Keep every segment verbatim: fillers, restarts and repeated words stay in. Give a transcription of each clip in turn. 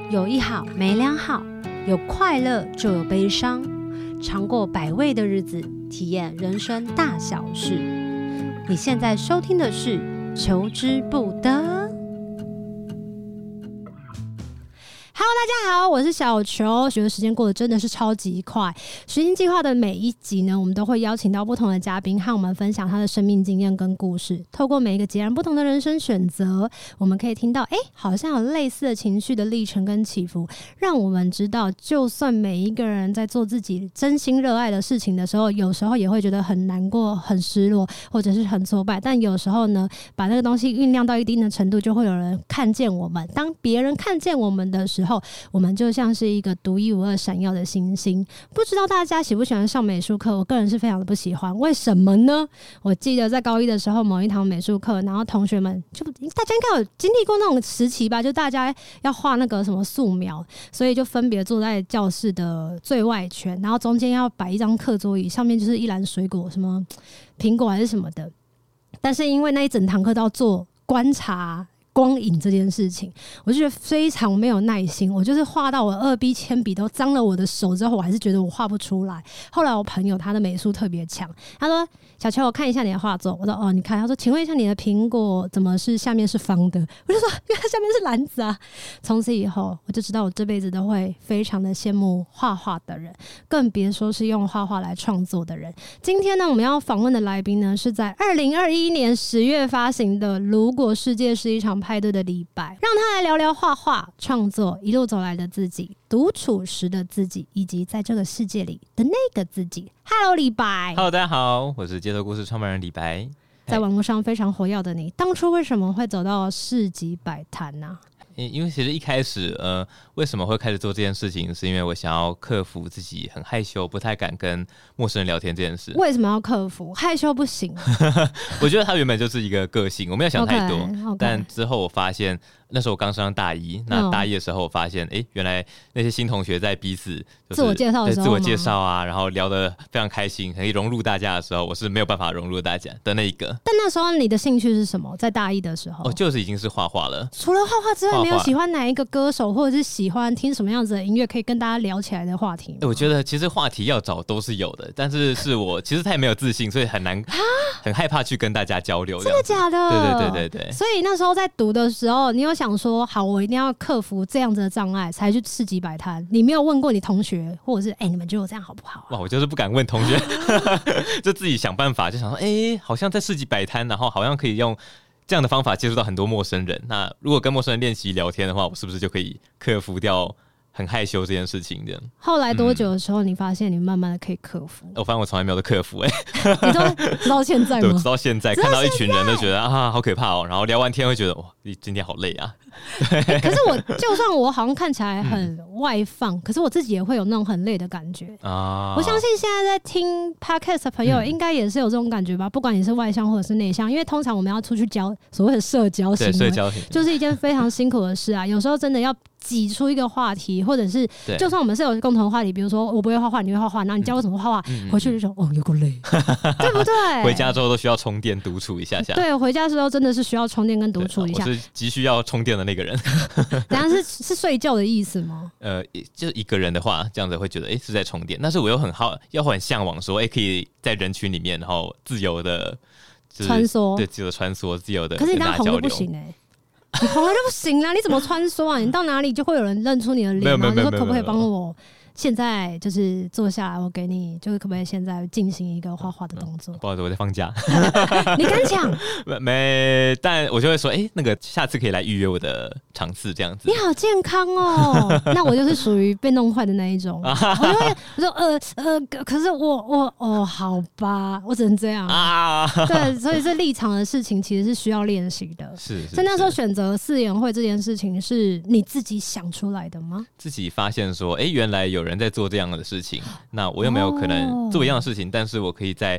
有一好没两好，有快乐就有悲伤，尝过百味的日子，体验人生大小事。你现在收听的是求之不得。Hello， 大家好，我是小球。觉得时间过得真的是超级快。实心计划的每一集呢，我们都会邀请到不同的嘉宾和我们分享他的生命经验跟故事。透过每一个截然不同的人生选择，我们可以听到，哎，好像有类似的情绪的历程跟起伏，让我们知道，就算每一个人在做自己真心热爱的事情的时候，有时候也会觉得很难过、很失落，或者是很挫败。但有时候呢，把那个东西酝酿到一定的程度，就会有人看见我们。当别人看见我们的时候，我们就像是一个独一无二闪耀的星星。不知道大家喜不喜欢上美术课？我个人是非常的不喜欢。为什么呢？我记得在高一的时候，某一堂美术课，然后同学们就大家应该有经历过那种时期吧，就大家要画那个什么素描，所以就分别坐在教室的最外圈，然后中间要摆一张课桌椅，上面就是一篮水果，什么苹果还是什么的。但是因为那一整堂课都要做观察光影这件事情，我就觉得非常没有耐心。我就是画到我二 B 铅笔都脏了我的手之后，我还是觉得我画不出来。后来我朋友他的美术特别强，他说：“小秋，我看一下你的画作。”我说：“哦，你看。”他说：“请问一下，你的苹果怎么是下面是方的？”我就说：“因为它下面是篮子啊。”从此以后，我就知道我这辈子都会非常的羡慕画画的人，更别说是用画画来创作的人。今天呢，我们要访问的来宾呢，是在二零二一年十月发行的《如果世界是一场派对的李白》，让他来聊聊画画创作一路走来的自己，独处时的自己，以及在这个世界里的那个自己。Hello， 李白。 Hello， 大家好，我是街头故事创办人李白。 在网络上非常活跃的你，当初为什么会走到市集摆摊呢？ 因为其实一开始，呃，为什么会开始做这件事情，是因为我想要克服自己很害羞、不太敢跟陌生人聊天这件事。 为什么要克服？害羞不行。 我觉得它原本就是一个个性，我没有想太多。 Okay, okay. 但之后我发现，那时候我刚上大一，那大一的时候我发现，哎、嗯，原来那些新同学在彼此、就是、 自我介绍的时候， 自我介绍啊，然后聊得非常开心，可以融入大家的时候，我是没有办法融入大家的那一个。 但那时候你的兴趣是什么？在大一的时候， 哦，就是已经是画画了。 除了画画之外，你有喜欢哪一个歌手，或者是喜欢听什么样子的音乐，可以跟大家聊起来的话题吗？ 我觉得其实话题要找都是有的，但是是我其实太没有自信，所以很难很害怕去跟大家交流。 真的假的？ 对对对对对。 所以那时候在读的时候，你有想说，好，我一定要克服这样子的障碍，才去市集摆摊。你没有问过你同学，或者是哎、欸，你们觉得我这样好不好、啊？ 哇，我就是不敢问同学，就自己想办法，就想说，哎、欸，好像在市集摆摊，然后好像可以用这样的方法接触到很多陌生人。那如果跟陌生人练习聊天的话，我是不是就可以克服掉很害羞这件事情的？ 后来多久的时候，你发现你慢慢的可以克服？ 嗯、我发现我从来没有的克服、欸，哎， 你知道直到现在吗？ 对，直到现在，看到一群人都觉得啊，好可怕哦。然后聊完天会觉得哇，今天好累啊。 欸、可是我就算我好像看起来很外放、嗯，可是我自己也会有那种很累的感觉啊。我相信现在在听 podcast 的朋友应该也是有这种感觉吧、嗯，不管你是外向或者是内向，因为通常我们要出去交所谓的社交行为， 社交行为就是一件非常辛苦的事啊。有时候真的要挤出一个话题，或者是就算我们是有共同的话题，比如说我不会画画，你会画画，然后你教我怎么画画、嗯，回去就说哦有够累，对不对？ 回家之后都需要充电独处一下下。 对，回家的时候真的是需要充电跟独处一下。 我是急需要充电的那个人。 等下是是睡觉的意思吗？ 呃，就一个人的话，这样子会觉得哎、欸、是在充电，但是我又很好，要很向往说哎、欸、可以在人群里面，然后自由的、就是、 穿梭， 对，自由的穿梭，自由的。 可是你当红就不行哎、欸。你红了就不行啦！你怎么穿梭啊？你到哪里就会有人认出你的脸吗？你说可不可以帮我现在就是坐下来，我给你就是可不可以现在进行一个画画的动作？ 不好意思，我在放假。 你敢讲？ 没，但我就会说，哎、欸，那个下次可以来预约我的场次，这样子。 你好健康哦！那我就是属于被弄坏的那一种。我就会我说呃呃，可是我我哦，好吧，我只能这样啊。对，所以这立场的事情其实是需要练习的。 是， 所以那时候选择四眼会这件事情，是你自己想出来的吗？ 自己发现说，哎、欸，原来有人在做这样的事情，那我又没有可能做一样的事情，哦、但是我可以在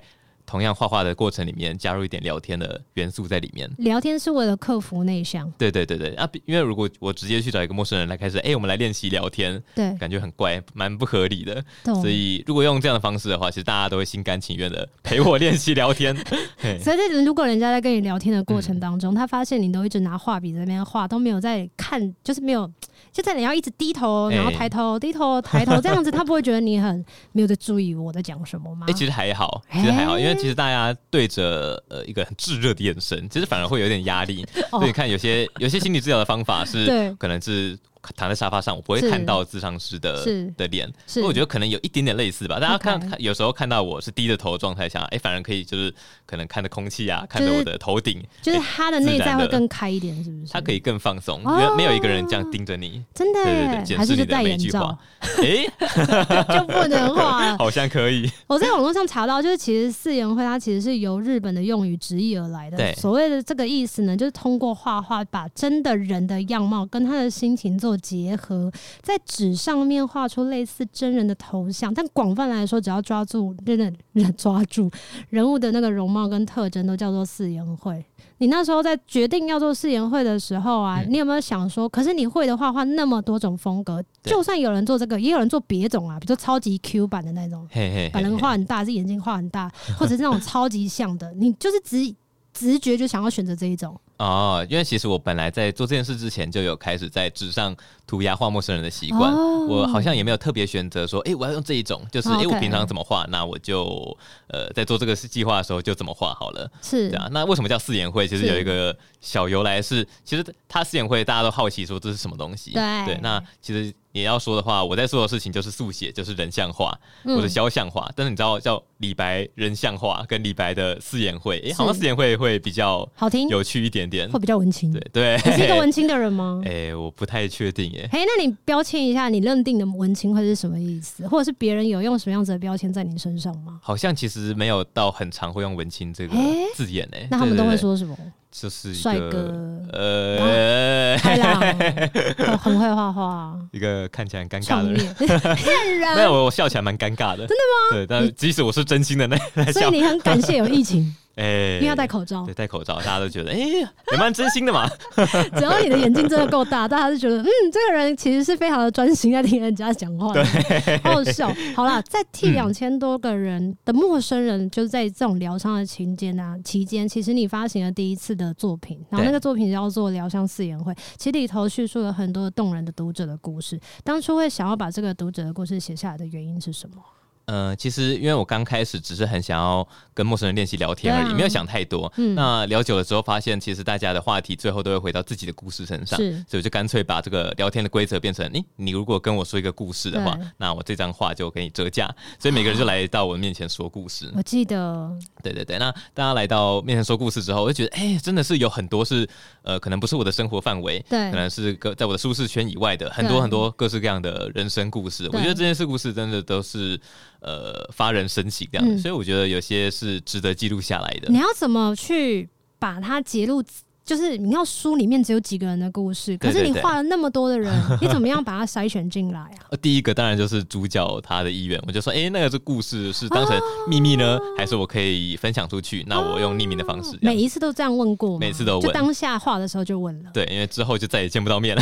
同样画画的过程里面加入一点聊天的元素在里面。 聊天是为了克服内向。 对对对对啊，因为如果我直接去找一个陌生人来开始，哎、欸，我们来练习聊天， 对， 感觉很怪，蛮不合理的。所以如果用这样的方式的话，其实大家都会心甘情愿的陪我练习聊天。 所以如果人家在跟你聊天的过程当中，嗯、他发现你都一直拿画笔在那边画，都没有在看，就是没有，就在你要一直低头，然后抬头、欸、低头抬头这样子，他不会觉得你很没有在注意我在讲什么吗？ 哎、欸，其实还好，其实还好，因为其实大家对着呃一个很炙热的眼神，其实反而会有点压力。所以你看，有些有些心理治疗的方法是可能是躺在沙发上，我不会看到咨商师的的脸，所以我觉得可能有一点点类似吧。大家看， Okay. 有时候看到我是低着头的状态下，哎、欸，反而可以就是可能看着空气啊，看着我的头顶， 就是他的内在会更开一点，是不是？ 他可以更放松，因为没有一个人这样盯着你， 真的， 对对对，检视你的每一句话。哎， 就不能画了， 好像可以。 我在网络上查到，就是其实四言会它其实是由日本的用语直译而来的。 对， 所谓的这个意思呢，就是通过画画把真的人的样貌跟他的心情做结合，在纸上面画出类似真人的头像。但广泛来说，只要抓住真的人抓住人物的那个容貌跟特征，都叫做四言会。你那时候在决定要做四言会的时候啊、嗯，你有没有想说，可是你会的画画那么多种风格，就算有人做这个，也有人做别种啊，比如说超级 Q 版的那种，嘿嘿嘿嘿，把人画很大，是眼睛画很大，或者是那种超级像的，你就是直直觉就想要选择这一种。 哦，因为其实我本来在做这件事之前就有开始在纸上涂鸦画陌生人的习惯、哦，我好像也没有特别选择说，哎、欸，我要用这一种，就是哎、欸，我平常怎么画，那我就呃在做这个计划的时候就怎么画好了。 是， 对啊。那为什么叫四言会？其实有一个小由来是，其实它四言会大家都好奇说这是什么东西。 对， 对。那其实你要说的话，我在做的事情就是速写，就是人像画或者肖像画、嗯。但是你知道叫李白人像画跟李白的四言会，哎、欸，好像四言会会比较好听、 有趣一点点， 会比较文青。 对对， 你是一个文青的人吗？ 哎、欸，我不太确定耶。 哎、欸，那你标签一下，你认定的文青会是什么意思？或者是别人有用什么样子的标签在你身上吗？ 好像其实没有到很常会用文青这个字眼哎、欸。 那他们都会说什么？ 就是帅哥， 呃， 开朗，很会画画， 一个看起来很尴尬的人， 骗人。 没有，我笑起来蛮尴尬的，真的吗？对，但即使我是真心的那在笑， 所以你很感谢有疫情。 哎、欸， 因为要戴口罩， 对，戴口罩，大家都觉得，哎、欸，也蛮真心的嘛。 只要你的眼睛真的够大，大家就觉得，嗯，这个人其实是非常的专心在听人家讲话的， 对， 好好笑。好啦，在替两千多个人的陌生人，嗯、就是在这种疗伤的期间啊，期间，其实你发行了第一次的作品，然后那个作品叫做《疗伤四言会》，其实里头叙述了很多动人的读者的故事。当初会想要把这个读者的故事写下来的原因是什么？ 呃，其实因为我刚开始只是很想要跟陌生人练习聊天而已，啊、没有想太多、嗯。那聊久了之后，发现其实大家的话题最后都会回到自己的故事身上，所以我就干脆把这个聊天的规则变成：你你如果跟我说一个故事的话，那我这张画就给你折价。所以每个人就来到我面前说故事。 我记得， 对对对。那大家来到面前说故事之后，我就觉得，哎、欸，真的是有很多是呃，可能不是我的生活范围，对，可能是在我的舒适圈以外的很多很多各式各样的人生故事。我觉得这件事故事真的都是。呃，发人深省这样、嗯，所以我觉得有些是值得记录下来的。 你要怎么去把它揭露？就是你要书里面只有几个人的故事，可是你画了那么多的人，对对对，你怎么样把它筛选进来啊？ 第一个当然就是主角他的意愿，我就说，哎、欸，那个这故事是当成秘密呢、啊，还是我可以分享出去？那我用匿名的方式、啊。 每一次都这样问过吗？ 每次都问， 就当下画的时候就问了。 对，因为之后就再也见不到面了。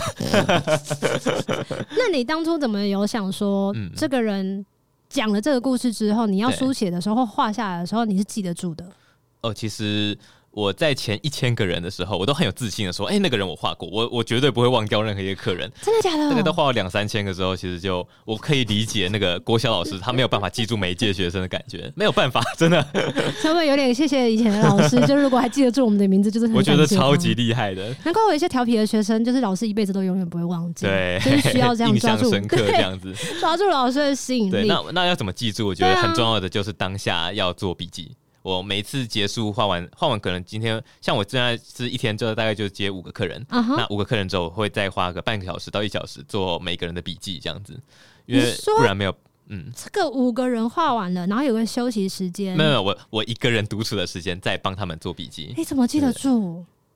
那你当初怎么有想说，嗯、这个人讲了这个故事之后，你要书写的时候或画下来的时候，你是记得住的？ 哦，其实我在前一千个人的时候，我都很有自信的说，哎、欸，那个人我画过，我我绝对不会忘掉任何一个客人。 真的假的？ 那个都画了两三千个之后，其实就我可以理解那个国小老师他没有办法记住每一届学生的感觉，没有办法，真的。 所以有点谢谢以前的老师，就如果还记得住我们的名字，就是很我觉得超级厉害的。 难怪我有一些调皮的学生，就是老师一辈子都永远不会忘记， 对， 就是需要这样抓住， 印象深刻这样子， 抓住老师的吸引力。 对，那那要怎么记住？我觉得很重要的就是当下要做笔记。我每次结束画完画完，可能今天像我现在是一天就大概就接五个客人， uh-huh. 那五个客人之后我会再花个半个小时到一小时做每个人的笔记，这样子，因为不然没有。嗯， 这个五个人画完了，然后有个休息时间。 没有，没有，我我一个人独处的时间再帮他们做笔记。 你怎么记得住？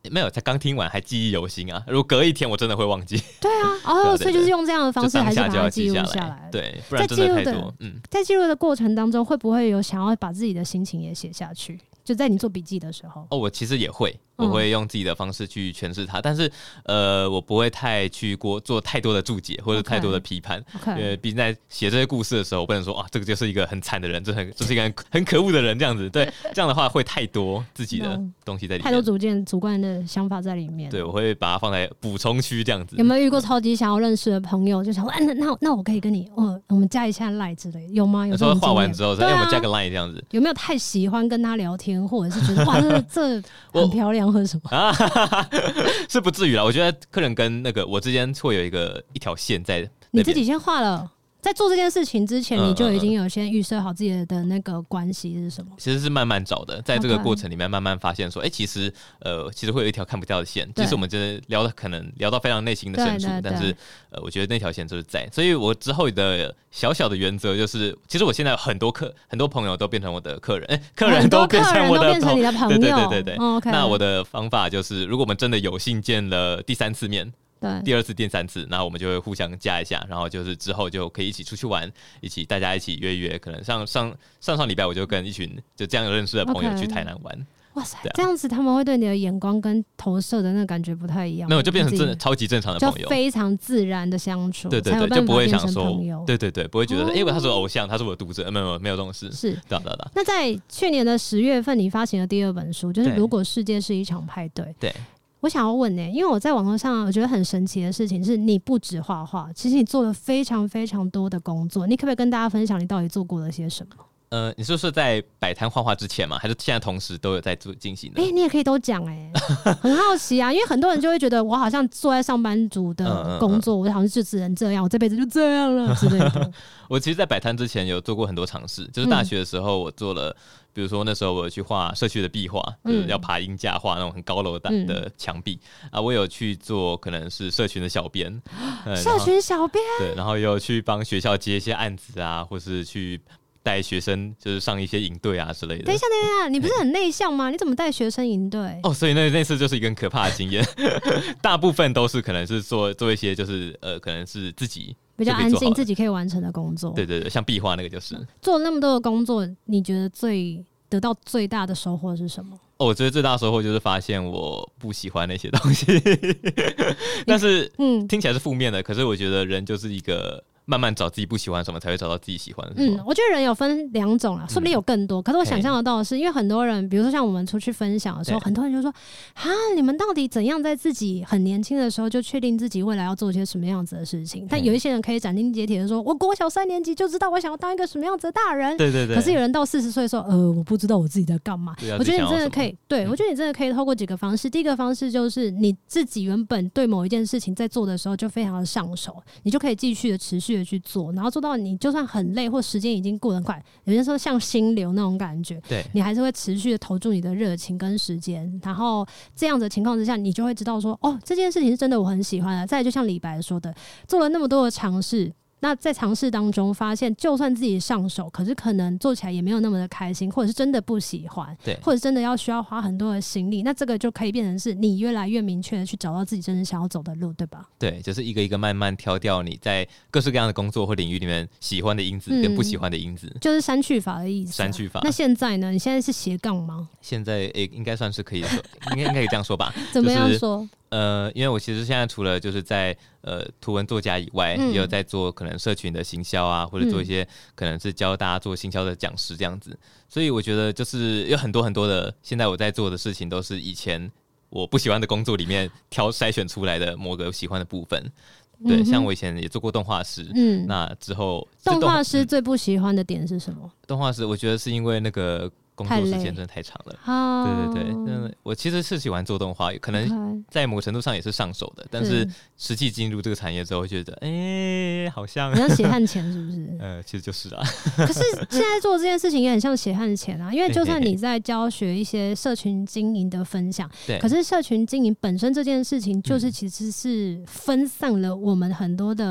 没有，才刚听完还记忆犹新啊！如果隔一天，我真的会忘记。 对啊，哦，所以就是用这样的方式，还是把它记录下下来。 对，不然真的太多。嗯， 在记录的过程当中，会不会有想要把自己的心情也写下去？就在你做笔记的时候。 哦，我其实也会，我会用自己的方式去诠释它，嗯、但是呃，我不会太去过做太多的注解或者太多的批判， okay, okay. 因为毕竟在写这些故事的时候，我不能说啊，这个就是一个很惨的人，这很这是一个很很可恶的人这样子。对，这样的话会太多自己的东西在里面， 太多主见、主观的想法在里面。 对，我会把它放在补充区这样子。 有没有遇过超级想要认识的朋友，就想说，哎、啊，那那我可以跟你，我我们加一下 line 之类的，有吗？有时候画完之后说，哎、 啊， 我们加个 line 这样子。 有没有太喜欢跟他聊天，或者是觉得哇，这这很漂亮，或者什么？啊， 是不至于啦。我觉得客人跟那个我之间会有一个一条线在。 你自己先画了。在做这件事情之前，你就已经有先预设好自己的那个关系是什么？ 其实是慢慢找的，在这个过程里面慢慢发现说，哎、欸，其实呃，其实会有一条看不掉的线。即使我们真的聊的可能聊到非常内心的深处，但是呃，我觉得那条线就是在。所以我之后的小小的原则就是，其实我现在有很多客很多朋友都变成我的客人，哎、欸，客人都变成我的变成你的朋友， 对对对对对。 哦 okay、 那我的方法就是，如果我们真的有幸见了第三次面。第二次、第三次，然后我们就会互相加一下，然后就是之后就可以一起出去玩，一起大家一起约一约。可能上上上上礼拜我就跟一群就这样认识的朋友去台南玩。 Okay. 哇塞、啊，这样子他们会对你的眼光跟投射的那个感觉不太一样。 没有，就变成真的超级正常的朋友， 就非常自然的相处。 对对对，就不会想说，对对对，不会觉得，哎、欸，他是我偶像，他是我的读者，没有没有这种事。 是， 对对对。 那在去年的十月份，你发行了第二本书，就是《如果世界是一场派对》。 对。 我想要问呢、欸，因为我在网络上，我觉得很神奇的事情是，你不止画画，其实你做了非常非常多的工作。你可不可以跟大家分享你到底做过了些什么？ 呃，你说是在摆摊画画之前吗？还是现在同时都有在做进行的？ 哎、欸，你也可以都讲哎、欸，很好奇啊，因为很多人就会觉得我好像坐在上班族的工作，嗯嗯嗯我好像就只能这样，我这辈子就这样了之类的。 我其实，在摆摊之前有做过很多尝试，就是大学的时候我做了。嗯比如说那时候我有去画社区的壁画，就是要爬鹰架画那种很高楼的墙壁、嗯、啊。我有去做可能是社群的小编， 社群小编对，然后也有去帮学校接一些案子啊，或是去带学生就是上一些营队啊之类的。 等一下，等一下，你不是很内向吗？你怎么带学生营队？ 哦，所以那那次就是一个很可怕的经验，大部分都是可能是做做一些就是呃，可能是自己。 比较安静，自己可以完成的工作。 对对对，像壁画那个就是。 做了那么多的工作，你觉得最得到最大的收获是什么？ 哦，我觉得最大的收获就是发现我不喜欢那些东西，但是嗯，听起来是负面的，可是我觉得人就是一个。慢慢找自己不喜欢什么，才会找到自己喜欢的。嗯， 我觉得人有分两种啦，说不定有更多。嗯、可是我想象得到的是，因为很多人，比如说像我们出去分享的时候，很多人就说：“啊，你们到底怎样在自己很年轻的时候就确定自己未来要做些什么样子的事情？”但有一些人可以斩钉截铁的说：“我国小三年级就知道我想要当一个什么样子的大人。” 对对对。 可是有人到四十岁说：“呃，我不知道我自己在干嘛。”我觉得你真的可以，对、嗯、我觉得你真的可以透过几个方式。第一个方式就是你自己原本对某一件事情在做的时候就非常的上手，你就可以继续的持续的去做，然后做到你就算很累或时间已经过得很快，有些时候像心流那种感觉， 对， 你还是会持续的投注你的热情跟时间，然后这样的情况之下，你就会知道说，哦，这件事情是真的我很喜欢的。再来就像李白说的，做了那么多的尝试。那在尝试当中发现，就算自己上手，可是可能做起来也没有那么的开心，或者是真的不喜欢， 对， 或者真的要需要花很多的心力，那这个就可以变成是你越来越明确的去找到自己真正想要走的路，对吧？ 对，就是一个一个慢慢挑掉你在各式各样的工作或领域里面喜欢的因子跟不喜欢的因子，嗯、 就是删去法的意思、啊。 删去法。 那现在呢？你现在是斜杠吗？ 现在诶、欸，应该算是可以说，应该应该可以这样说吧？ 怎么样说？ 就是呃，因为我其实现在除了就是在呃图文作家以外，嗯、也有在做可能社群的行销啊，或者做一些可能是教大家做行销的讲师这样子。所以我觉得就是有很多很多的，现在我在做的事情都是以前我不喜欢的工作里面挑筛选出来的某个喜欢的部分。对，嗯、像我以前也做过动画师，嗯，那之后动画师最不喜欢的点是什么？ 嗯、动画师我觉得是因为那个。工作时间真的太长了，对对对，嗯，我其实是喜欢做动画，可能在某个程度上也是上手的，但是实际进入这个产业之后，会觉得，哎、欸，好像好像血汗钱是不是？ 呃，其实就是啊。 可是现在做这件事情也很像血汗钱啊，因为就算你在教学一些社群经营的分享， 对， 可是社群经营本身这件事情，就是其实是分散了我们很多的。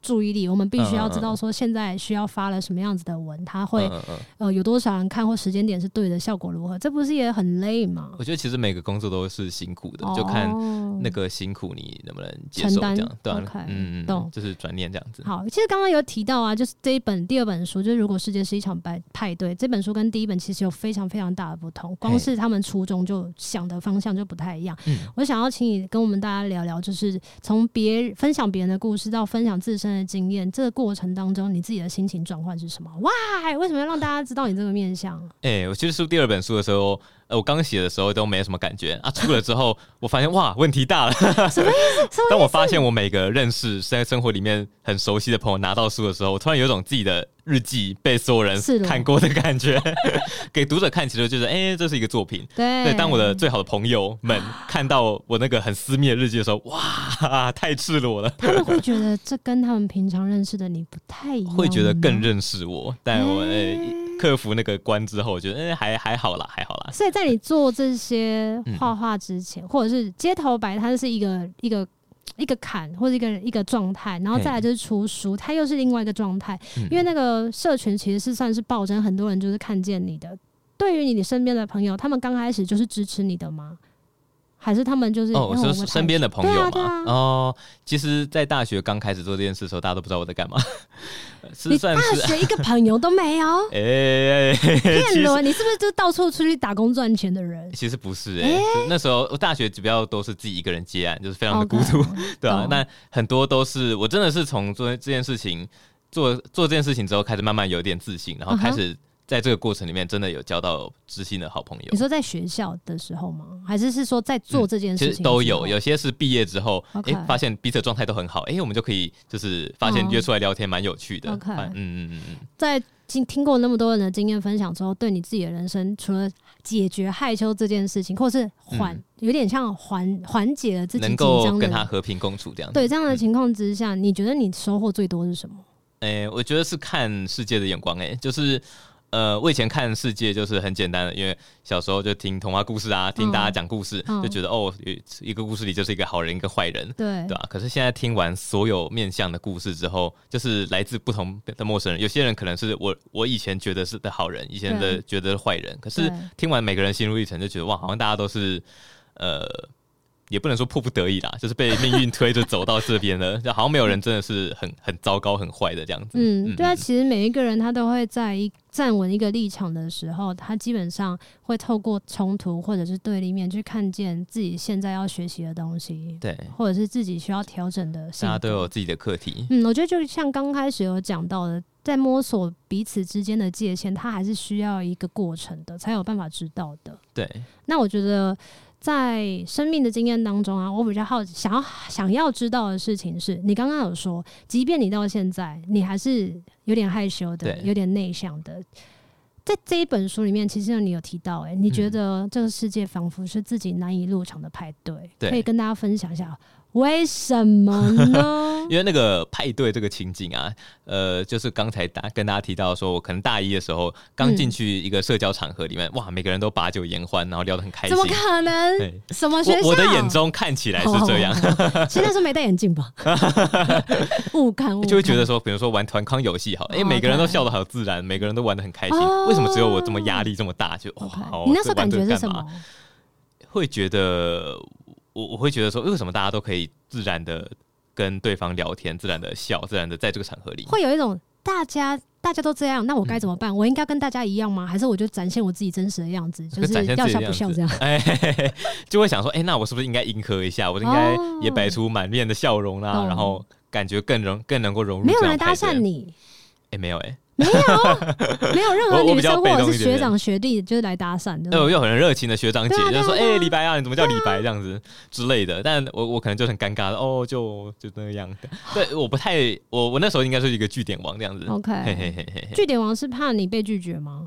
注意力，我们必须要知道说现在需要发了什么样子的文，它会、嗯嗯、呃有多少人看或时间点是对的，效果如何，这不是也很累吗？ 我觉得其实每个工作都是辛苦的，哦、就看那个辛苦你能不能接受这样，对、啊 okay, 嗯嗯，就是转念这样子。 好，其实刚刚有提到啊，就是这一本第二本书，就是如果世界是一场派派对，这本书跟第一本其实有非常非常大的不同，光是他们初衷就想的方向就不太一样。我想要请你跟我们大家聊聊，就是从别分享别人的故事到分享自身的经验，这个过程当中你自己的心情转换是什么？哇，为什么要让大家知道你这个面向？ 哎、欸，我其实出第二本书的时候，呃，我刚写的时候都没什么感觉啊，出了之后我发现哇，问题大了。 什么意思？什么意思？ 当我发现我每个认识在生活里面很熟悉的朋友拿到书的时候，我突然有一种自己的日记被所有人看过的感觉。给读者看，其实就是哎、欸，这是一个作品。 对。 对，当我的最好的朋友们看到我那个很私密的日记的时候，哇，太赤裸了。 他们会觉得这跟他们平常认识的你不太一样， 会觉得更认识我。但我、欸、克服那个关之后，我觉得、欸、还还好啦，还好啦。 所以在你做这些画画之前、嗯，或者是街头摆摊是一个一个一个坎或者一个一个状态，然后再来就是出书，它又是另外一个状态、嗯。因为那个社群其实是算是暴增，很多人就是看见你的。对于你身边的朋友，他们刚开始就是支持你的吗？还是他们就是哦，我说身边的朋友嘛、 对啊对啊、 哦，其实，在大学刚开始做这件事的时候，大家都不知道我在干嘛。是算是你大学一个朋友都没有？ 哎、欸， 骗人！你是不是就到处出去打工赚钱的人？ 其实不是哎、欸欸，那时候我大学主要都是自己一个人接案，就是非常的孤独， okay, 对啊，那很多都是我真的是从做这件事情做做这件事情之后，开始慢慢有点自信，然后开始。Uh-huh.在这个过程里面，真的有交到知心的好朋友。 你说在学校的时候吗？还是是说在做这件事情、嗯？ 其实都有，有些是毕业之后，哎、okay. 欸，发现彼此的状态都很好，哎、欸，我们就可以就是发现约出来聊天蛮有趣的。 OK， 嗯嗯嗯嗯。 在听过那么多人的经验分享之后，对你自己的人生，除了解决害羞这件事情，或是缓、嗯、有点像缓缓解了自己紧张的， 能够跟他和平共处这样子。 对这样的情况之下、嗯，你觉得你收获最多是什么？ 哎、欸，我觉得是看世界的眼光、欸，哎，就是。呃，我以前看世界就是很简单的，因为小时候就听童话故事啊，听大家讲故事、嗯，就觉得哦，一个故事里就是一个好人，一个坏人， 对对吧、啊？可是现在听完所有面向的故事之后，就是来自不同的陌生人，有些人可能是我我以前觉得是的好人，以前的觉得是坏人，可是听完每个人心路历程，就觉得哇，好像大家都是呃。也不能说迫不得已啦，就是被命运推着走到这边了，就好像没有人真的是很很糟糕、很坏的这样子。 嗯，对啊，其实每一个人他都会在一站稳一个立场的时候，他基本上会透过冲突或者是对立面去看见自己现在要学习的东西， 对， 或者是自己需要调整的性格。 大家都有自己的课题。 嗯，我觉得就像刚开始有讲到的，在摸索彼此之间的界限，它还是需要一个过程的，才有办法知道的。 对， 那我觉得。在生命的经验当中啊，我比较好奇想要想要知道的事情是，你刚刚有说，即便你到现在，你还是有点害羞的，有点内向的。在这一本书里面，其实你有提到、欸，哎，你觉得这个世界仿佛是自己难以入场的派对， 对， 可以跟大家分享一下。为什么呢？ 因为那个派对这个情景啊，呃，就是刚才大跟大家提到说，我可能大一的时候刚进去一个社交场合里面、嗯，哇，每个人都把酒言欢，然后聊得很开心。 怎么可能？什么学校？ 我, 我的眼中看起来是这样。 其实那时候没戴眼镜吧？误看误看。 就会觉得说，比如说玩团康游戏好了，哎、欸，每个人都笑得好自然，每个人都玩得很开心、哦，为什么只有我这么压力这么大？就哇、okay 哦， 你那时候感觉是什么？ 会觉得。我我会觉得说，为什么大家都可以自然的跟对方聊天，自然的笑，自然的在这个场合里， 会有一种大家大家都这样，那我该怎么办、嗯？我应该跟大家一样吗？还是我就展现我自己真实的样子，就是要笑不笑这样？ 哎，就会想说，哎、欸，那我是不是应该迎合一下？我应该也摆出满面的笑容啦、啊哦，然后感觉更容更能够融入。 没有人搭讪你？ 哎、欸，没有哎、欸。 没有，没有任何女生或者是学长学弟就是来搭讪的。 对，我有很热情的学长姐，啊、就说：“哎、欸，李白啊，你怎么叫李白？”这样子之类的。但我我可能就很尴尬的，哦，就就那样的。对，我不太，我我那时候应该是一个句点王这样子。 OK， 嘿嘿嘿嘿。句点王是怕你被拒绝吗？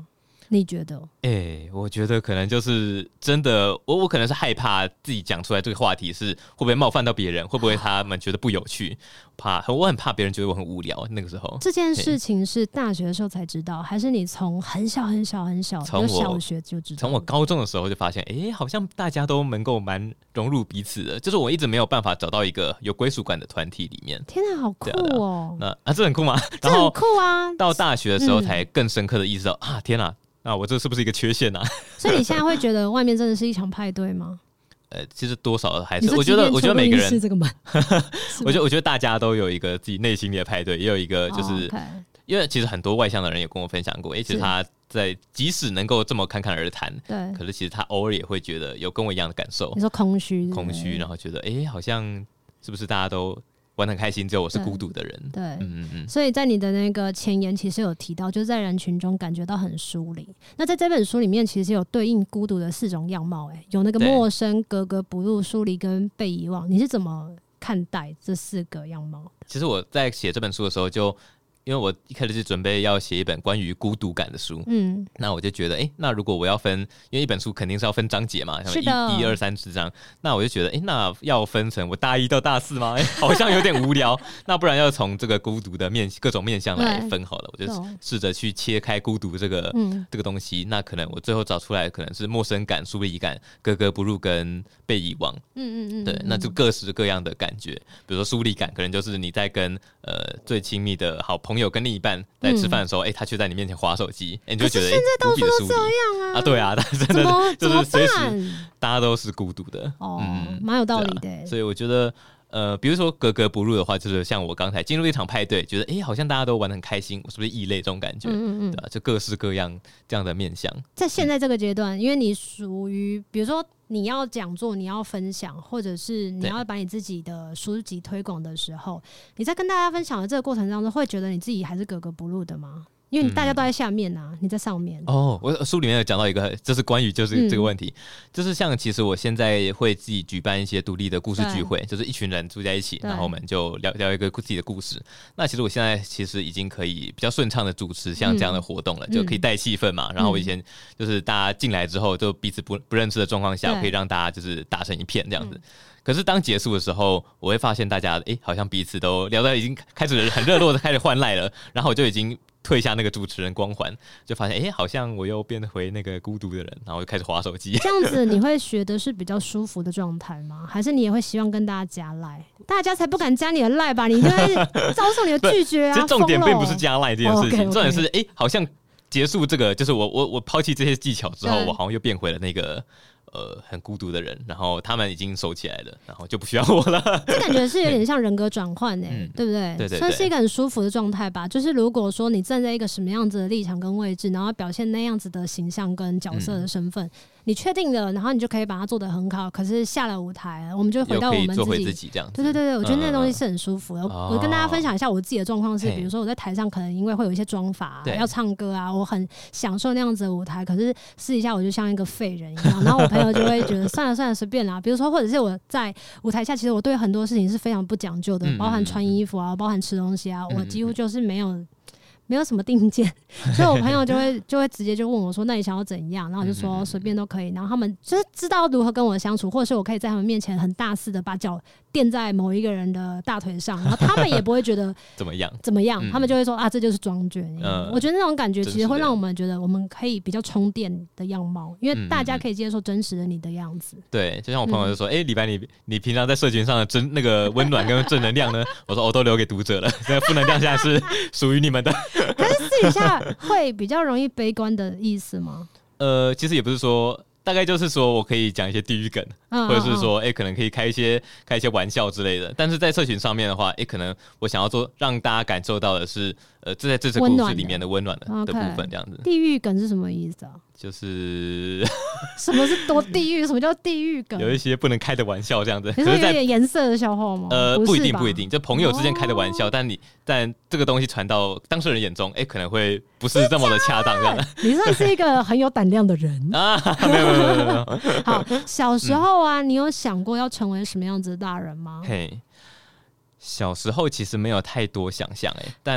你觉得？ 哎、欸，我觉得可能就是真的，我我可能是害怕自己讲出来这个话题是会不会冒犯到别人，会不会他们觉得不有趣，怕我很怕别人觉得我很无聊。那个时候， 这件事情是大学的时候才知道，还是你从很小很小很小，从小学就知道？ 从我高中的时候就发现，哎、欸，好像大家都能够蛮融入彼此的，就是我一直没有办法找到一个有归属感的团体里面。 天哪，好酷哦！ 那啊，这很酷吗？ 这很酷啊！ 到大学的时候才更深刻的意识到、嗯、啊，天哪！啊，我这是不是一个缺陷啊？ 所以你现在会觉得外面真的是一场派对吗？ 呃，其实多少还是，我觉得，我觉得每个人， 这个门我觉得，我觉得大家都有一个自己内心里的派对，也有一个就是， oh, okay. 因为其实很多外向的人也跟我分享过，哎、欸，其实他在即使能够这么侃侃而谈，对，可是其实他偶尔也会觉得有跟我一样的感受， 你说空虚， 空虚，然后觉得，哎、欸，好像是不是大家都玩得很开心，只有我是孤独的人。 对，嗯嗯嗯。所以在你的那个前言其实有提到，就是在人群中感觉到很疏离。那在这本书里面，其实有对应孤独的四种样貌、欸，有那个陌生、格格不入、疏离跟被遗忘。你是怎么看待这四个样貌的？ 其实我在写这本书的时候就。因为我一开始就准备要写一本关于孤独感的书，嗯，那我就觉得，哎、欸，那如果我要分，因为一本书肯定是要分章节嘛，像一、一二、三十章，那我就觉得，哎、欸，那要分成我大一到大四吗？哎、欸，好像有点无聊，那不然要从这个孤独的面各种面向来分好了，我就试着去切开孤独这个、嗯、这个东西，那可能我最后找出来可能是陌生感、疏离感、格格不入跟被遗忘，嗯嗯嗯，对，那就各式各样的感觉，比如说疏离感，可能就是你在跟呃最亲密的好朋友。有跟另一半在吃饭的时候，哎、嗯欸，他却在你面前滑手机，哎、欸，你就觉得现在到处都这样啊！ 啊，对啊，真的就是随时大家都是孤独的， 哦，蛮、嗯、有道理的、啊。 所以我觉得，呃，比如说格格不入的话，就是像我刚才进入一场派对，觉得哎、欸，好像大家都玩得很开心，我是不是异类这种感觉？嗯嗯嗯，对吧、啊？就各式各样这样的面向。 在现在这个阶段，嗯、因为你属于，比如说。你要讲座，你要分享，或者是你要把你自己的书籍推广的时候，你在跟大家分享的这个过程当中，会觉得你自己还是格格不入的吗？因为大家都在下面啊，嗯、你在上面。 哦，我书里面有讲到一个，就是关于就是这个问题，嗯、就是像其实我现在会自己举办一些独立的故事聚会，就是一群人住在一起，然后我们就聊聊一个自己的故事。那其实我现在其实已经可以比较顺畅的主持像这样的活动了，嗯、就可以带气氛嘛。然后我以前就是大家进来之后，就彼此不不认识的状况下，可以让大家就是打成一片这样子。嗯可是当结束的时候，我会发现大家哎、欸，好像彼此都聊得已经开始很热络的开始换赖了，然后我就已经退下那个主持人光环，就发现哎、欸，好像我又变回那个孤独的人，然后就开始滑手机。 这样子你会学的是比较舒服的状态吗？还是你也会希望跟大家加赖？大家才不敢加你的赖吧？你就会遭受你的拒绝啊！ 其实重点并不是加赖这件事情， oh, okay, okay. 重点是哎、欸，好像结束这个，就是我我我抛弃这些技巧之后，我好像又变回了那个。呃，很孤独的人，然后他们已经收起来了，然后就不需要我了。 这感觉是有点像人格转换诶，嗯、对不对？ 对对对， 算是一个很舒服的状态吧。就是如果说你站在一个什么样子的立场跟位置，然后表现那样子的形象跟角色的身份，嗯、你确定了，然后你就可以把它做得很好。可是下了舞台，我们就回到我们自己， 做回自己这样子。 对对对对，我觉得那东西是很舒服的。嗯、我跟大家分享一下我自己的状况是，比如说我在台上可能因为会有一些妆法、啊，要唱歌啊，我很享受那样子的舞台。可是私底下我就像一个废人一样，然后我朋友就会觉得。算了算了，随便啦。比如说，或者是我在舞台下，其实我对很多事情是非常不讲究的，嗯、包含穿衣服啊，包含吃东西啊，嗯、我几乎就是没有没有什么定见，所以我朋友就会就会直接就问我说：“那你想要怎样？”然后我就说随便都可以。然后他们就是知道如何跟我相处，或者是我可以在他们面前很大肆的把脚垫在某一个人的大腿上，然后他们也不会觉得怎么样怎么样，他们就会说啊，这就是装卷。嗯、我觉得那种感觉其实会让我们觉得我们可以比较充电的样貌，因为大家可以接受真实的你的样子。 对，就像我朋友就说：“哎、嗯，李白你，你你平常在社群上的真那个温暖跟正能量呢？”我说：“我都留给读者了，这个负能量现在是属于你们的。” 可是私底下会比较容易悲观的意思吗？ 呃，其实也不是说。大概就是说我可以讲一些地狱梗，嗯、或者是说，哎、欸，可能可以开一些开一些玩笑之类的。但是在社群上面的话，哎、欸，可能我想要做让大家感受到的是，呃，这在这次故事里面的温暖的的部分，这样子。 地狱梗是什么意思啊？ 就是什么是多地狱？什么叫地狱梗？ 有一些不能开的玩笑，这样子。 你说有点颜色的笑话吗？ 呃，不一定，不一定，就朋友之间开的玩笑，哦、但你但这个东西传到当事人眼中，哎、欸，可能会不是这么的恰当，这样的。 你算是一个很有胆量的人啊！没有没有没有没有。 好，小时候啊，嗯、你有想过要成为什么样子的大人吗？ 嘿，小时候其实没有太多想象，哎，但。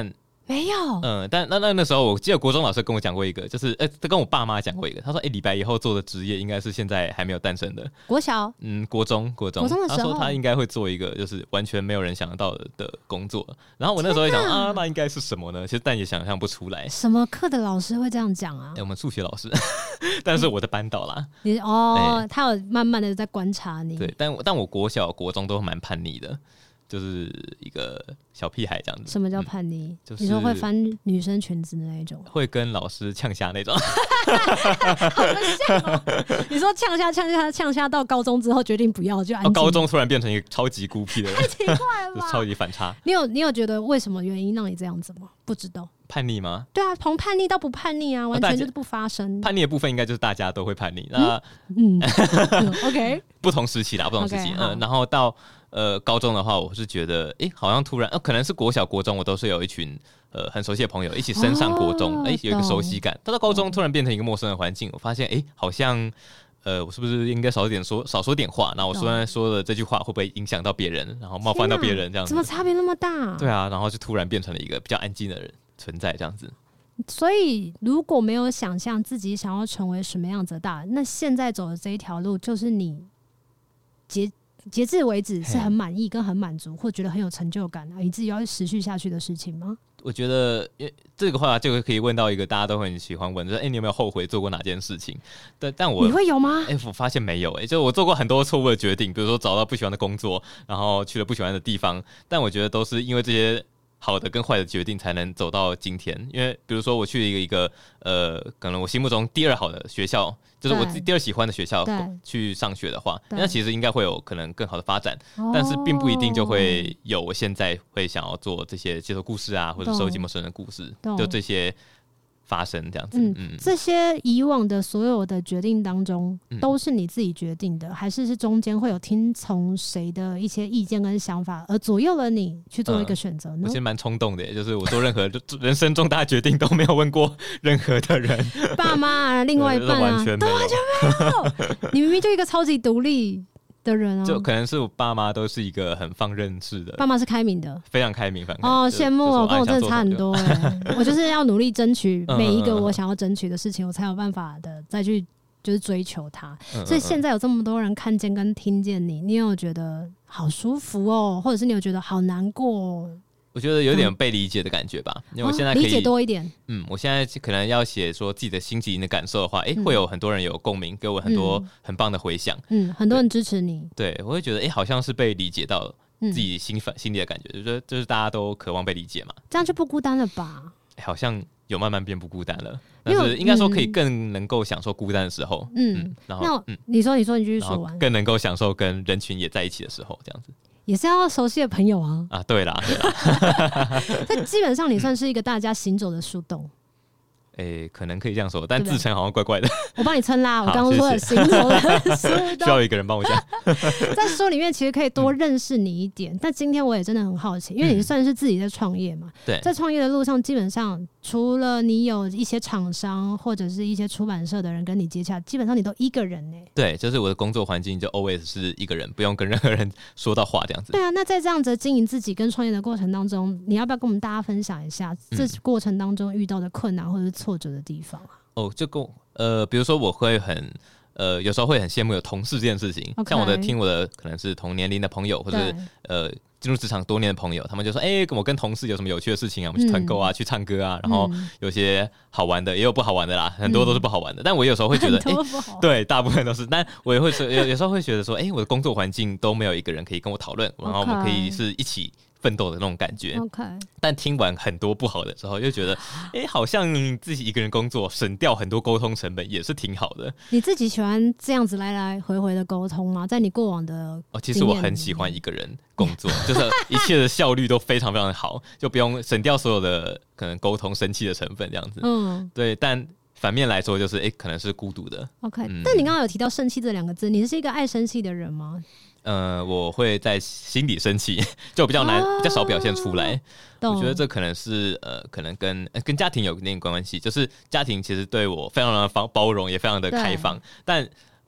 没有。 嗯，但那那那时候我记得国中老师跟我讲过一个，就是呃，他跟我爸妈讲过一个，他说，哎、欸，李白以后做的职业应该是现在还没有诞生的。 国小， 嗯，国中，国中， 国中的时候， 他说他应该会做一个就是完全没有人想得到 的, 的工作。然后我那时候也想啊，那应该是什么呢？其实但也想象不出来。 什么课的老师会这样讲啊？ 哎、欸，我们数学老师，但是我的班导啦。 你哦、欸，他有慢慢的在观察你。 对，但但我国小、国中都蛮叛逆的。就是一个小屁孩这样子。 什么叫叛逆？ 嗯就是、 你说会翻女生裙子的那一种？ 会跟老师呛下那种。 好像哦！你说呛下呛下呛下到高中之后决定不要就安静、哦。 高中突然变成一个超级孤僻的人， 太奇怪了吧？ 超级反差。 你有你有觉得为什么原因让你这样子吗？不知道。 叛逆吗？ 对啊，从叛逆到不叛逆啊，完全就是不发生。 哦、叛逆的部分应该就是大家都会叛逆。那嗯, 嗯，OK， 不同时期啦，不同时期。嗯、okay, 呃，然后到呃高中的话，我是觉得，哎、欸，好像突然，呃，可能是国小、国中，我都是有一群呃很熟悉的朋友一起升上国中，哎、哦欸，有一个熟悉感。到到高中突然变成一个陌生的环境，我发现，哎、欸，好像。呃，我是不是应该少点说少说点话？那我虽然说的这句话会不会影响到别人，然后冒犯到别人这样子？ 怎么差别那么大？ 对啊，然后就突然变成了一个比较安静的人存在这样子。 所以如果没有想象自己想要成为什么样子的大人，那现在走的这一条路，就是你截截至为止是很满意跟很满足，或觉得很有成就感，以至于要持续下去的事情吗？ 我觉得，因为这个话就可以问到一个大家都很喜欢问，就是哎、欸，你有没有后悔做过哪件事情？但但我你会有吗？ 哎、欸，我发现没有、欸，哎，就我做过很多错误的决定，比如说找到不喜欢的工作，然后去了不喜欢的地方，但我觉得都是因为这些好的跟坏的决定才能走到今天。因为比如说我去一个一个呃，可能我心目中第二好的学校，就是我第二喜欢的学校去上学的话，那其实应该会有可能更好的发展，但是并不一定就会有我现在会想要做这些接受故事啊，或者收集陌生人的故事，就这些发生这样子。嗯嗯， 这些以往的所有的决定当中，都是你自己决定的，嗯、还是是中间会有听从谁的一些意见跟想法，而左右了你去做一个选择呢？ 嗯、我其实蛮冲动的，就是我做任何人生重大决定都没有问过任何的人， 爸妈啊，另外一半啊， 完全没有， 完全没有。你明明就一个超级独立的人啊， 就可能是我爸妈都是一个很放任式的， 爸妈是开明的， 非常开明，反哦，羡慕哦，跟我真的差很多哎、欸，我就是要努力争取每一个我想要争取的事情，我才有办法的再去就是追求它。嗯嗯嗯，所以现在有这么多人看见跟听见你，你有觉得好舒服哦，或者是你有觉得好难过哦？ 我觉得有点被理解的感觉吧，嗯、因为我现在可以、 哦、理解多一点。 嗯，我现在可能要写说自己的心情的感受的话，哎、欸嗯，会有很多人有共鸣，给我很多很棒的回响。嗯， 很多人支持你。 对，我会觉得哎、欸，好像是被理解到自己心反、嗯、心里的感觉，就是就是大家都渴望被理解嘛。 这样就不孤单了吧？ 欸、好像有慢慢变不孤单了，但是应该说可以更能够享受孤单的时候。嗯，嗯然后那、嗯、你说你说你继续说完， 更能够享受跟人群也在一起的时候，这样子。 也是要熟悉的朋友啊！ 啊，对啦，对啦。 这基本上你算是一个大家行走的树洞。 诶、欸，可能可以这样说，但自称好像怪怪的。 我帮你称啦，我刚刚说的行走的树洞， 需要一个人帮我讲。 在书里面其实可以多认识你一点，嗯、但今天我也真的很好奇，因为你算是自己在创业嘛。对、嗯，在创业的路上，基本上除了你有一些厂商或者是一些出版社的人跟你接洽，基本上你都一个人呢、欸。 对，就是我的工作环境就 always 是一个人，不用跟任何人说到话这样子。 对啊，那在这样子经营自己跟创业的过程当中，你要不要跟我们大家分享一下这过程当中遇到的困难或者是挫折的地方啊？ 哦，就跟呃，比如说我会很呃，有时候会很羡慕有同事这件事情。Okay. 像我的听我的可能是同年龄的朋友，或者是呃进入职场多年的朋友，他们就说：“哎、欸，我跟同事有什么有趣的事情啊？我们去团购啊，嗯、去唱歌啊，然后有些好玩的，也有不好玩的啦，很多都是不好玩的。嗯、但我有时候会觉得，哎、欸，对，大部分都是。但我也会说，有有时候会觉得说，哎、欸，我的工作环境都没有一个人可以跟我讨论， Okay. 然后我们可以是一起奋斗的那种感觉。 Okay. 但听完很多不好的之后，又觉得，哎、欸，好像自己一个人工作，省掉很多沟通成本，也是挺好的。 你自己喜欢这样子来来回回的沟通吗？在你过往的哦，其实我很喜欢一个人工作，就是一切的效率都非常非常好，就不用省掉所有的可能沟通生气的成分这样子。嗯，对，但。反面来说，就是哎、欸，可能是孤独的。 OK，、嗯、但你刚刚有提到生气这两个字，你是一个爱生气的人吗？ 呃，我会在心里生气，就比较难、啊，比较少表现出来。我觉得这可能是呃，可能跟、呃、跟家庭有点关系，就是家庭其实对我非常的包包容，也非常的开放，但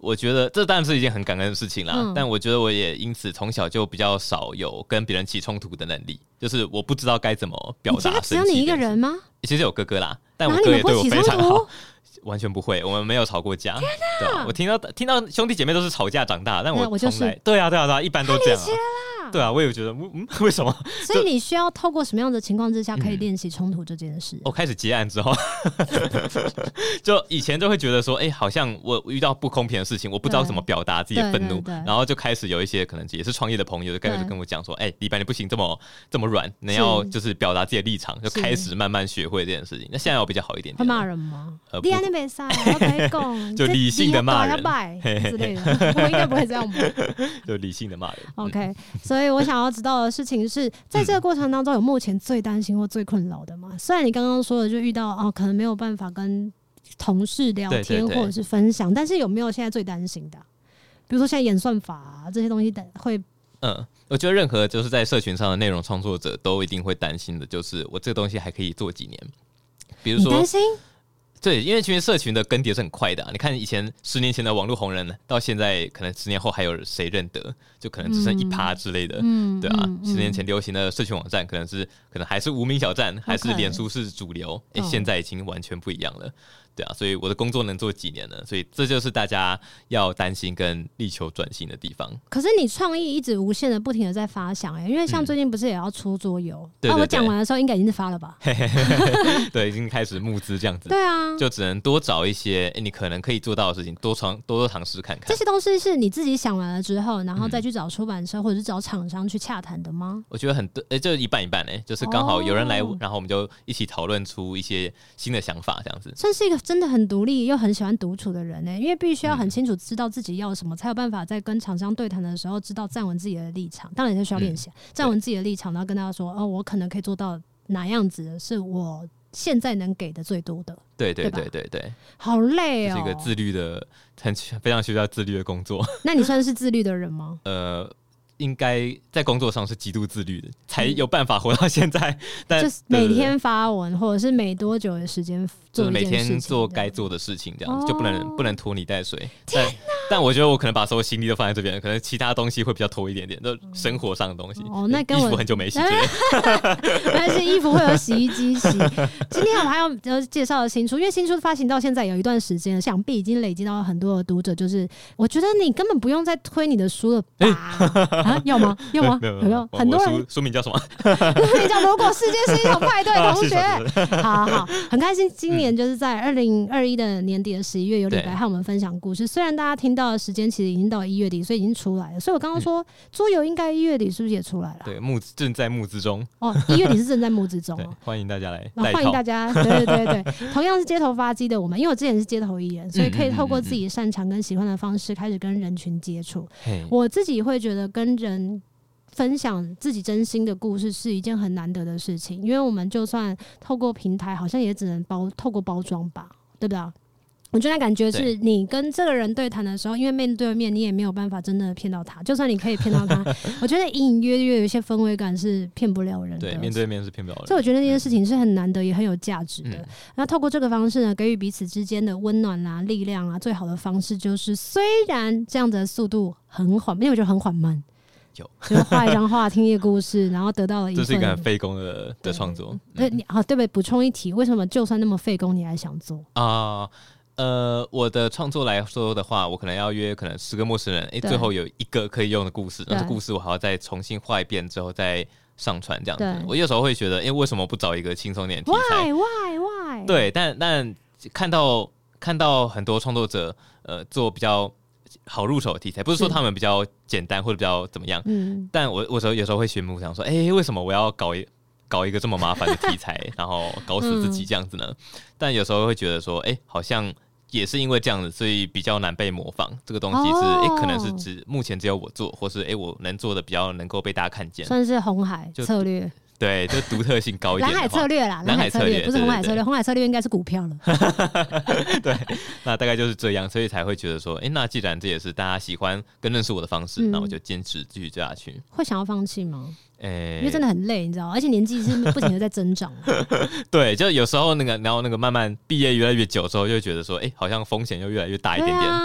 我觉得这当然是一件很感恩的事情啦， 嗯、 但我觉得我也因此从小就比较少有跟别人起冲突的能力，就是我不知道该怎么表达。 只有你一个人吗？ 其实有哥哥啦，但我哥也对我非常好，完全不会，我们没有吵过架。对啊，我听到听到兄弟姐妹都是吵架长大，但我从来、 我就是、 对啊对啊对啊，一般都这样、啊。对啊，我也觉得，嗯，为什么？ 所以你需要透过什么样的情况之下可以练习冲突这件事、啊嗯？ 我开始接案之后，就以前就会觉得说，哎、欸，好像我遇到不公平的事情，我不知道怎么表达自己的愤怒，然后就开始有一些可能也是创业的朋友，就开始跟我讲说，哎、欸，李白你不行，这么这么软，你要就是表达自己的立场，就开始慢慢学会这件事情。那现在我比较好一点点。 会骂人吗？ 呃， 你安尼袂使，我跟你讲， 就理性的骂人之类的。我应该不会这样吧？ 就理性的骂人。 OK， 所以我想要知道的事情是在这个过程当中有目前最担心或最困扰的吗？虽然你刚刚说的就遇到哦，可能没有办法跟同事聊天或者是分享，但是有没有现在最担心的、啊？比如说现在演算法啊这些东西会， 嗯，我觉得任何就是在社群上的内容创作者都一定会担心的，就是我这个东西还可以做几年。比如说， 你担心？ 对，因为其实社群的更迭是很快的、啊。你看以前十年前的网络红人，到现在可能十年后还有谁认得？就可能只剩一趴之类的，嗯、对啊。十、嗯、年前流行的社群网站，可能是可能还是无名小站，还是脸书是主流，哎、okay 欸，现在已经完全不一样了。对啊，所以我的工作能做几年呢？所以这就是大家要担心跟力求转型的地方。 可是你创意一直无限的不停的在发想、欸，因为像最近不是也要出桌游？嗯、对, 对, 对，啊、我讲完的时候应该已经是发了吧？ 对，已经开始募资这样子。 对啊， 就只能多找一些、欸、你可能可以做到的事情，多尝多多尝试看看。 这些东西是你自己想完了之后，然后再去找出版社、嗯、或者是找厂商去洽谈的吗？ 我觉得很多，哎、欸，就一半一半哎、欸，就是刚好有人来，哦、然后我们就一起讨论出一些新的想法，这样子。 算是一个真的很独立又很喜欢独处的人呢、欸，因为必须要很清楚知道自己要什么，嗯、才有办法在跟厂商对谈的时候知道站稳自己的立场。当然也是需要练习，站稳自己的立场，然后跟大家说，哦，我可能可以做到哪样子，是我现在能给的最多的。 对对对对对， 好累哦， 是一个自律的，很非常需要自律的工作。 那你算是自律的人吗？ 呃。应该在工作上是极度自律的，才有办法活到现在。但就是每天发文，或者是每多久的时间做一件事情， 就是每天做该做的事情，这样子、哦、就不能不能拖泥带水。但但我觉得我可能把所有心力都放在这边，可能其他东西会比较拖一点点，就生活上的东西。 哦，那跟我衣服很久没洗， 但是衣服会有洗衣机洗。今天我们还要介绍的新书，因为新书发行到现在有一段时间了，想必已经累积到很多的读者。就是我觉得你根本不用再推你的书了吧？欸啊、要吗？要吗？ 没有没有，没有很多人书, 书名叫什么？ 书名叫《如果世界是一场派对》，同学，好好，很开心。今年就是在二零二一的年底的十一月，有李白和我们分享故事。虽然大家听到的时间其实已经到一月底，所以已经出来了。所以我刚刚说桌游应该一月底是不是也出来了？ 对，募正在募资中。 哦，一月底是正在募资中哦。 欢迎大家来， 欢迎大家，对对对对，同样是街头发迹的我们，因为我之前是街头艺人，所以可以透过自己擅长跟喜欢的方式，开始跟人群接触。我自己会觉得跟人分享自己真心的故事是一件很难得的事情，因为我们就算透过平台，好像也只能包透过包装吧，对不对？我觉得感觉是你跟这个人对谈的时候，因为面对面你也没有办法真的骗到他，就算你可以骗到他，我觉得隐隐约约有一些氛围感是骗不了人的。 对，面对面是骗不了人的。 所以我觉得那件事情是很难得也很有价值的。那、嗯、透过这个方式呢，给予彼此之间的温暖啊、力量啊，最好的方式就是，虽然这样子的速度很缓，因为我觉得很缓慢。 有， 就是画一张画，听一个故事，然后得到了一份。 这是一个很费工的的创作。 对，嗯、你好，对不对？补充一题，为什么就算那么费工，你还想做啊？呃，我的创作来说的话，我可能要约可能十个陌生人，哎、欸，最后有一个可以用的故事，但是故事我还要再重新画一遍之后再上传这样子。我有时候会觉得，哎、欸，为什么不找一个轻松点的题材 ？Why why why？ 对，但但看到看到很多创作者，呃，做比较好入手的题材，不是说他们比较简单或者比较怎么样，嗯，但我我有时候会炫目，想说，哎、欸，为什么我要搞一搞一个这么麻烦的题材，然后搞死自己这样子呢？嗯、但有时候会觉得说，哎、欸，好像也是因为这样子，所以比较难被模仿。这个东西是，哎、哦欸，可能是只目前只有我做，或是哎、欸，我能做的比较能够被大家看见， 算是红海策略。 对，就独特性高一点。 蓝海策略啦，蓝海策略不是红海策略，红海策略应该是股票了。 对，那大概就是这样，所以才会觉得说，哎、欸，那既然这也是大家喜欢跟认识我的方式，嗯、那我就坚持继续做下去。 会想要放弃吗？ 欸、 因为真的很累，你知道，而且年纪是不停的在增长。 对，就有时候那个，然后那个慢慢毕业越来越久之后，就会觉得说，哎、欸，好像风险又越来越大一点点。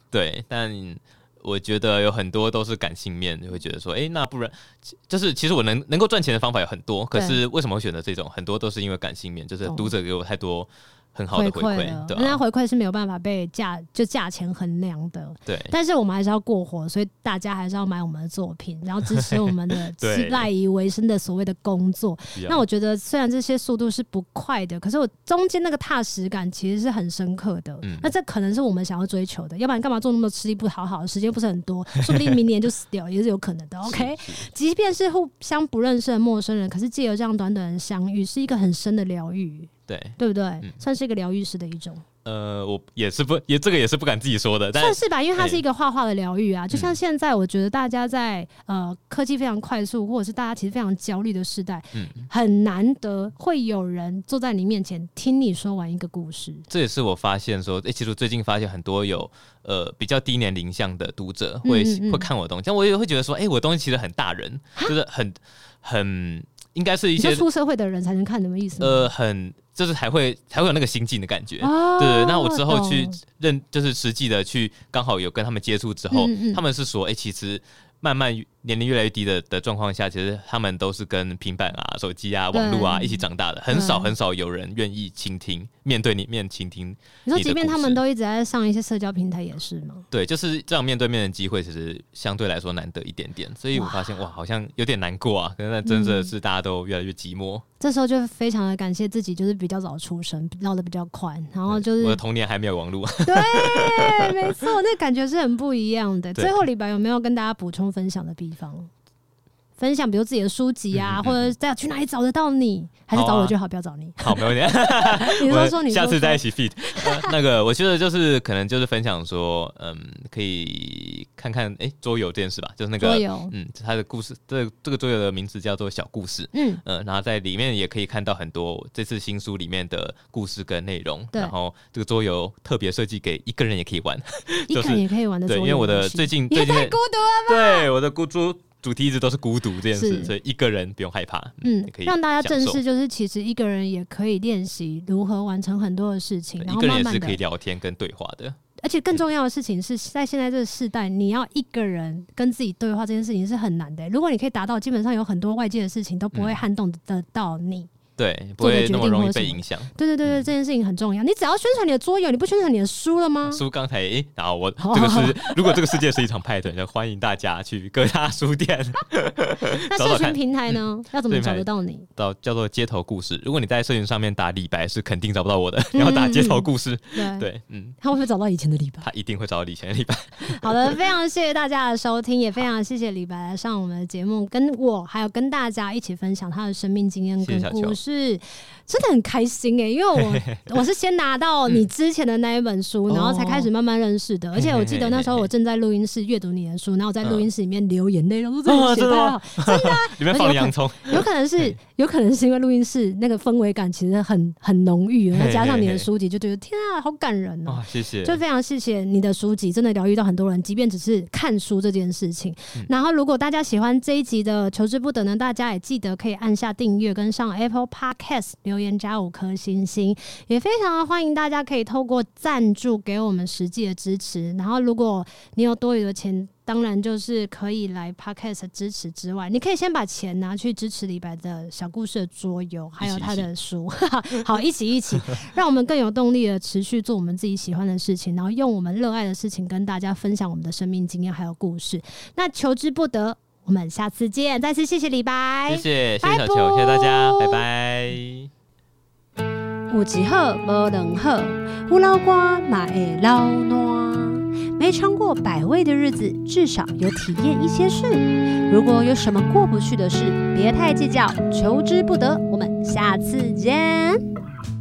对，但我觉得有很多都是感性面，就会觉得说，哎、欸，那不然就是其实我能能够赚钱的方法有很多，可是为什么会选择这种？很多都是因为感性面，就是读者给我太多很好的回馈，对、啊， 那回馈是没有办法被价就价钱衡量的， 对。 但是我们还是要过活，所以大家还是要买我们的作品，然后支持我们的赖以为生的所谓的工作。那我觉得虽然这些速度是不快的，可是我中间那个踏实感其实是很深刻的。嗯、那这可能是我们想要追求的，要不然干嘛做那么吃力不讨好？时间不是很多，说不定明年就死掉也是有可能的。OK， 即便是互相不认识的陌生人，可是借由这样短短的相遇，是一个很深的疗愈。对，对不对？嗯、算是一个疗愈师的一种。 呃，我也是不，也这个也是不敢自己说的，但算是吧，因为它是一个画画的疗愈啊。欸、就像现在，我觉得大家在呃科技非常快速，或者是大家其实非常焦虑的时代，嗯、很难得会有人坐在你面前听你说完一个故事。 这也是我发现说，哎、欸，其实我最近发现很多有呃比较低年龄向的读者会嗯嗯嗯会看我的东西，但我也会觉得说，哎、欸，我的东西其实很大人，就是很很应该是一些出社会的人才能看，什么意思？ 呃，很。就是才会才会有那个心境的感觉，哦、对，那我之后去认，就是实际的去刚好有跟他们接触之后，嗯嗯他们是说，哎、欸，其实慢慢年龄越来越低的的状况下，其实他们都是跟平板啊、手机啊、网络啊一起长大的，很少很少有人愿意倾听，面对你面倾听你。你说，即便他们都一直在上一些社交平台，也是吗？ 对，就是这样面对面的机会，其实相对来说难得一点点，所以我发现哇，好像有点难过啊，可能真的是大家都越来越寂寞。嗯这时候就非常的感谢自己，就是比较早出生，绕得比较快，然后就是我的童年还没有网络。 对，没错，那感觉是很不一样的。最后李白有没有跟大家补充分享的地方？分享比如自己的书籍啊，嗯嗯嗯或者在去哪里找得到你，还是找我就好，好啊、不要找你。 好，没问题。 你说说，你说说下次再一起 feed、呃。那个，我觉得就是可能就是分享说，嗯，可以看看哎桌游这件事吧，就是那个桌游， 嗯，它的故事，这个、这个桌游的名字叫做小故事，嗯呃，然后在里面也可以看到很多这次新书里面的故事跟内容。然后这个桌游特别设计给一个人也可以玩， 一个人也可以玩的桌游。 对，因为我的最近最近也太孤独了吧？ 对，我的孤独。主题一直都是孤独这件事，所以一个人不用害怕，嗯，可以让大家正视，就是其实一个人也可以练习如何完成很多的事情，然后慢慢的， 一个人也是可以聊天跟对话的。 而且更重要的事情是在现在这个世代，你要一个人跟自己对话这件事情是很难的。如果你可以达到，基本上有很多外界的事情都不会撼动得到你。嗯对，不会那么容易被影响。 对对对对，嗯、这件事情很重要。你只要宣传你的桌游，你不宣传你的书了吗？ 书刚才，欸、然后我这个是，如果这个世界是一场派对，就欢迎大家去各大书店。 那社群平台呢？要怎么找得到你？ 到叫做街头故事。如果你在社群上面打李白，是肯定找不到我的。你要打街头故事， 嗯、 对，嗯， 他会不会找到以前的李白？ 他一定会找到以前的李白。 好的，非常谢谢大家的收听，也非常谢谢李白来上我们的节目，跟我还有跟大家一起分享他的生命经验跟故事。谢谢真的很开心哎、欸，因为我我是先拿到你之前的那一本书，嗯、然后才开始慢慢认识的。而且我记得那时候我正在录音室阅读你的书，然后我在录音室里面流眼泪，然后说这写太好，真的、啊， 里面放洋葱， 有可能是有可能是因为录音室那个氛围感其实很很浓郁，再加上你的书籍，就觉得天啊，好感人哦、喔！ 谢谢， 就非常谢谢你的书籍，真的疗愈到很多人，即便只是看书这件事情。嗯、然后如果大家喜欢这一集的求之不得呢，大家也记得可以按下订阅，跟上 Apple Podcast 留言加五颗星星，也非常欢迎大家可以透过赞助给我们实际的支持。然后如果你有多余的钱，当然就是可以来 Podcast 支持之外，你可以先把钱拿去支持李白的小故事的桌游，还有他的书，好，一起一起，让我们更有动力的持续做我们自己喜欢的事情，然后用我们热爱的事情跟大家分享我们的生命经验还有故事。那求之不得，我们下次见，再次谢谢李白， 谢谢，谢谢小球，谢谢大家，拜拜。 有一好无两好，有老瓜嘛会老烂。没尝过百味的日子，至少有体验一些事。如果有什么过不去的事，别太计较，求之不得。我们下次见。